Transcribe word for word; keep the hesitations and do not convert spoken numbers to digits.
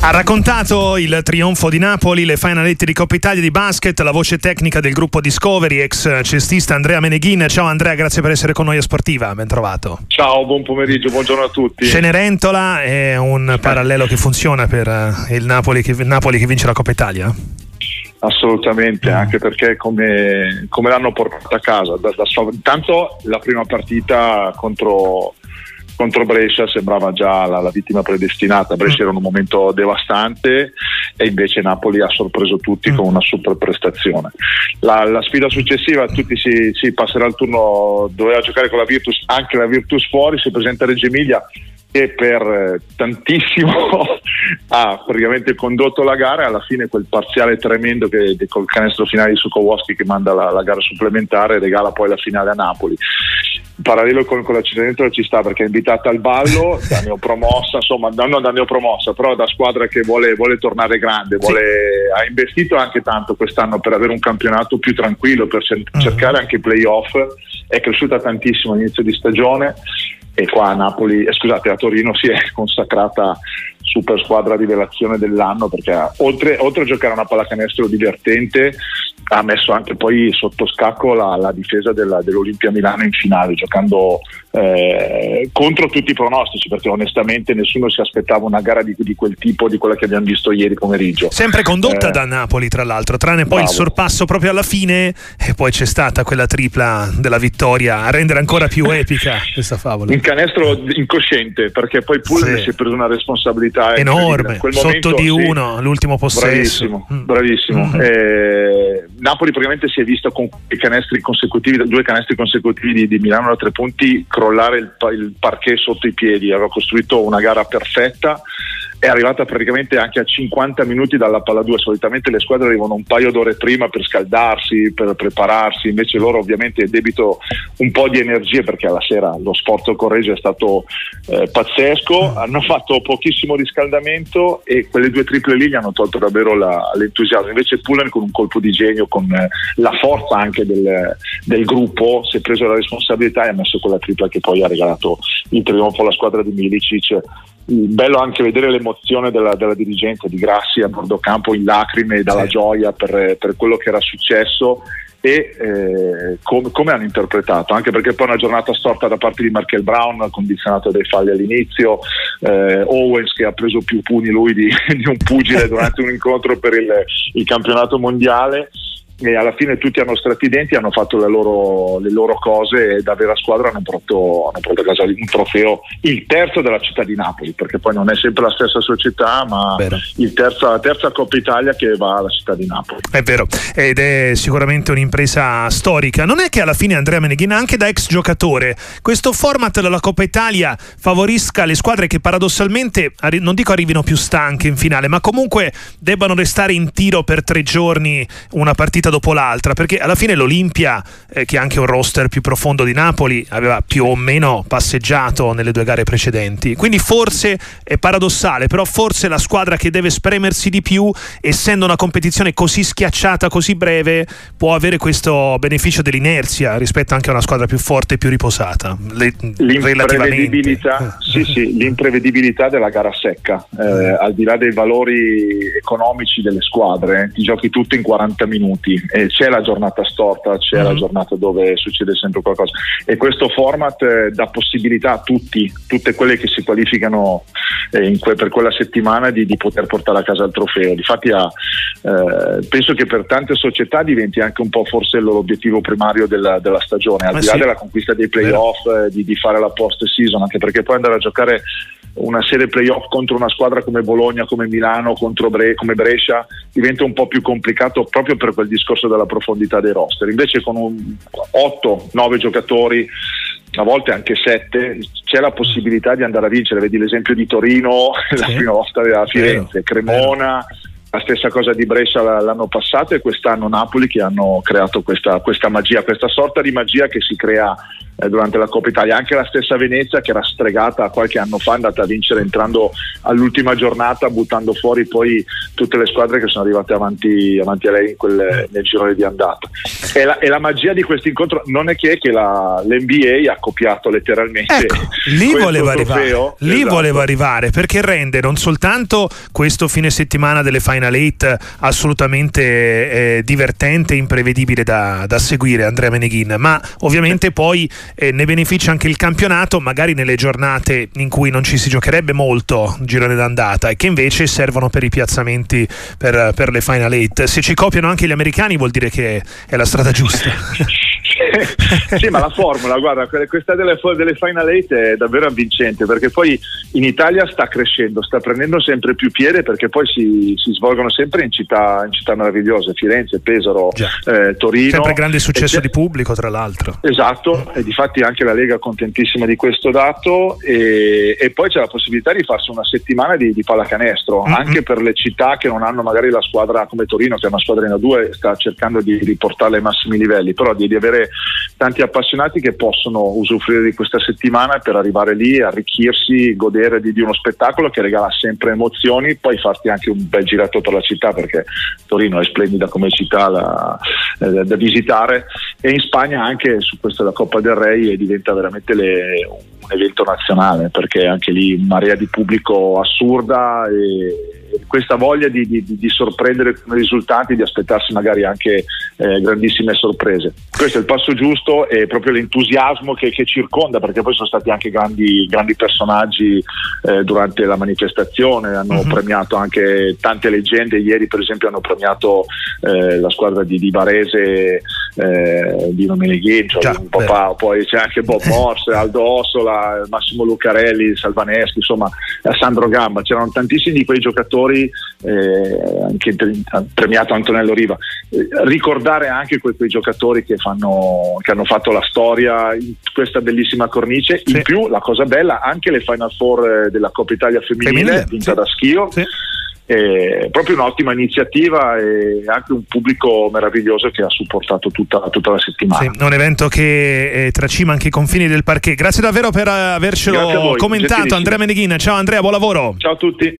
Ha raccontato il trionfo di Napoli, le finalette di Coppa Italia di basket, la voce tecnica del gruppo Discovery, ex cestista Andrea Meneghin. Ciao Andrea, grazie per essere con noi a Sportiva, ben trovato. Ciao, buon pomeriggio, buongiorno a tutti. Cenerentola è un parallelo che funziona per il Napoli che, Napoli che vince la Coppa Italia? Assolutamente, anche perché come, come l'hanno portata a casa. Da, da, intanto la prima partita contro... contro Brescia sembrava già la, la vittima predestinata. Brescia era un momento devastante e invece Napoli ha sorpreso tutti con una super prestazione. La, la sfida successiva, tutti si, si passerà il turno, doveva giocare con la Virtus, anche la Virtus fuori, si presenta a Reggio Emilia che per tantissimo ha praticamente condotto la gara, e alla fine quel parziale tremendo che col canestro finale di Sukowski che manda la, la gara supplementare regala poi la finale a Napoli. In parallelo con, con la Cenerentola ci sta, perché è invitata al ballo da neopromossa, insomma non da neopromossa, però da squadra che vuole, vuole tornare grande, vuole, sì. Ha investito anche tanto quest'anno per avere un campionato più tranquillo, per cercare anche i playoff, è cresciuta tantissimo all'inizio di stagione. E qua a Napoli, eh, scusate, a Torino si è consacrata super squadra rivelazione dell'anno, perché oltre, oltre a giocare a una pallacanestro divertente ha messo anche poi sotto scacco la, la difesa della, dell'Olimpia Milano in finale, giocando eh, contro tutti i pronostici, perché onestamente nessuno si aspettava una gara di, di quel tipo, di quella che abbiamo visto ieri pomeriggio. Sempre condotta eh, da Napoli tra l'altro, tranne poi bravo. Il sorpasso proprio alla fine, e poi c'è stata quella tripla della vittoria a rendere ancora più epica questa favola. Un canestro incosciente, perché poi Pullen sì. si è preso una responsabilità enorme, sotto momento, di uno, sì. l'ultimo possesso. Bravissimo, bravissimo. Mm-hmm. Eh, Napoli praticamente si è visto con i canestri consecutivi, due canestri consecutivi di, di Milano da tre punti, crollare il, il parquet sotto i piedi. Aveva costruito una gara perfetta, è arrivata praticamente anche a cinquanta minuti dalla palla due. Solitamente le squadre arrivano un paio d'ore prima per scaldarsi, per prepararsi, invece loro ovviamente debito un po' di energie, perché alla sera lo sforzo con Reggio è stato eh, pazzesco. Hanno fatto pochissimo riscaldamento e quelle due triple lì gli hanno tolto davvero la, l'entusiasmo. Invece Pullen, con un colpo di genio, con eh, la forza anche del, del gruppo, si è preso la responsabilità e ha messo quella tripla che poi ha regalato il trionfo alla squadra di Milicic. Bello anche vedere l'emozione della, della dirigenza di Grassi a bordo campo in lacrime dalla sì. gioia per, per quello che era successo e eh, com, come hanno interpretato, anche perché poi una giornata storta da parte di Markel Brown, condizionato dai falli all'inizio, eh, Owens che ha preso più pugni lui di, di un pugile durante un incontro per il, il campionato mondiale. E alla fine tutti hanno stretto i denti, hanno fatto le loro, le loro cose, e da vera squadra hanno portato, hanno portato a casa un trofeo, il terzo della città di Napoli, perché poi non è sempre la stessa società, ma il terza, la terza Coppa Italia che va alla città di Napoli. È vero, ed è sicuramente un'impresa storica. Non è che alla fine Andrea Meneghin, anche da ex giocatore, questo format della Coppa Italia favorisca le squadre che paradossalmente, non dico arrivino più stanche in finale, ma comunque debbano restare in tiro per tre giorni una partita dopo l'altra, perché alla fine l'Olimpia, eh, che ha anche un roster più profondo di Napoli, aveva più o meno passeggiato nelle due gare precedenti, quindi forse è paradossale, però forse la squadra che deve spremersi di più, essendo una competizione così schiacciata, così breve, può avere questo beneficio dell'inerzia rispetto anche a una squadra più forte e più riposata. Le, l'imprevedibilità, sì, sì, l'imprevedibilità della gara secca, eh, al di là dei valori economici delle squadre, eh, ti giochi tutto in quaranta minuti. E c'è la giornata storta, c'è mm-hmm. la giornata dove succede sempre qualcosa, e questo format eh, dà possibilità a tutti, tutte quelle che si qualificano eh, in que- per quella settimana di, di poter portare a casa il trofeo. Difatti ha, eh, penso che per tante società diventi anche un po' forse il loro obiettivo primario della, della stagione, al Ma di sì. là della conquista dei playoff, eh, di, di fare la post season, anche perché poi andare a giocare una serie playoff contro una squadra come Bologna, come Milano, contro Bre- come Brescia diventa un po' più complicato, proprio per quel discorso della profondità dei roster. Invece con un otto nove giocatori, a volte anche sette, c'è la possibilità di andare a vincere. Vedi l'esempio di Torino, sì. la prima volta a Firenze, Cremona, la stessa cosa di Brescia l'anno passato, e quest'anno Napoli, che hanno creato questa, questa magia, questa sorta di magia che si crea eh, durante la Coppa Italia. Anche la stessa Venezia, che era stregata qualche anno fa, è andata a vincere entrando all'ultima giornata, buttando fuori poi tutte le squadre che sono arrivate avanti, avanti a lei in quel, nel girone di andata. E la, e la magia di questo incontro non è che, che la, l'N B A ha copiato letteralmente, ecco, lì voleva arrivare, lì esatto. voleva arrivare, perché rende non soltanto questo fine settimana delle Final Eight assolutamente eh, divertente e imprevedibile da, da seguire Andrea Meneghin, ma ovviamente poi eh, ne beneficia anche il campionato, magari nelle giornate in cui non ci si giocherebbe molto girone d'andata e che invece servono per i piazzamenti per, per le Final Eight. Se ci copiano anche gli americani vuol dire che è la strada giusta. Sì, ma la formula, guarda, questa delle, delle Final Eight è davvero avvincente, perché poi in Italia sta crescendo, sta prendendo sempre più piede, perché poi si, si svolgono sempre in città, in città meravigliose, Firenze, Pesaro, eh, Torino. Sempre grande successo di pubblico, tra l'altro. Esatto, e difatti anche la Lega è contentissima di questo dato, e, e poi c'è la possibilità di farsi una settimana di, di pallacanestro, mm-hmm. anche per le città che non hanno magari la squadra come Torino, che è una squadra in A due, sta cercando di riportarla ai massimi livelli, però di, di avere tanti appassionati che possono usufruire di questa settimana per arrivare lì, arricchirsi, godere di, di uno spettacolo che regala sempre emozioni, poi farti anche un bel girato per la città, perché Torino è splendida come città la, eh, da visitare, e in Spagna anche su questa la Coppa del Re diventa veramente le, un evento nazionale, perché anche lì marea di pubblico assurda e questa voglia di, di, di sorprendere con i risultati, di aspettarsi magari anche eh, grandissime sorprese. Questo è il passo giusto, e proprio l'entusiasmo che, che circonda, perché poi sono stati anche grandi, grandi personaggi eh, durante la manifestazione, hanno uh-huh. premiato anche tante leggende. Ieri per esempio hanno premiato eh, la squadra di, di Varese, eh, Dino Meneghin, cioè un papà, poi c'è anche Bob Morse, Aldo Ossola, Massimo Lucarelli, Salvaneschi, insomma Sandro Gamba, c'erano tantissimi di quei giocatori, eh, anche premiato Antonello Riva. Eh, ricordare anche quei, quei giocatori che, fanno, che hanno fatto la storia in questa bellissima cornice. Sì. In più la cosa bella, anche le Final Four della Coppa Italia femminile, femminile vinta sì. da Schio. Sì. È proprio un'ottima iniziativa e anche un pubblico meraviglioso che ha supportato tutta, tutta la settimana. Sì, un evento che eh, tracima anche i confini del parquet. Grazie davvero per avercelo commentato, Andrea Meneghin. Ciao Andrea, buon lavoro. Ciao a tutti.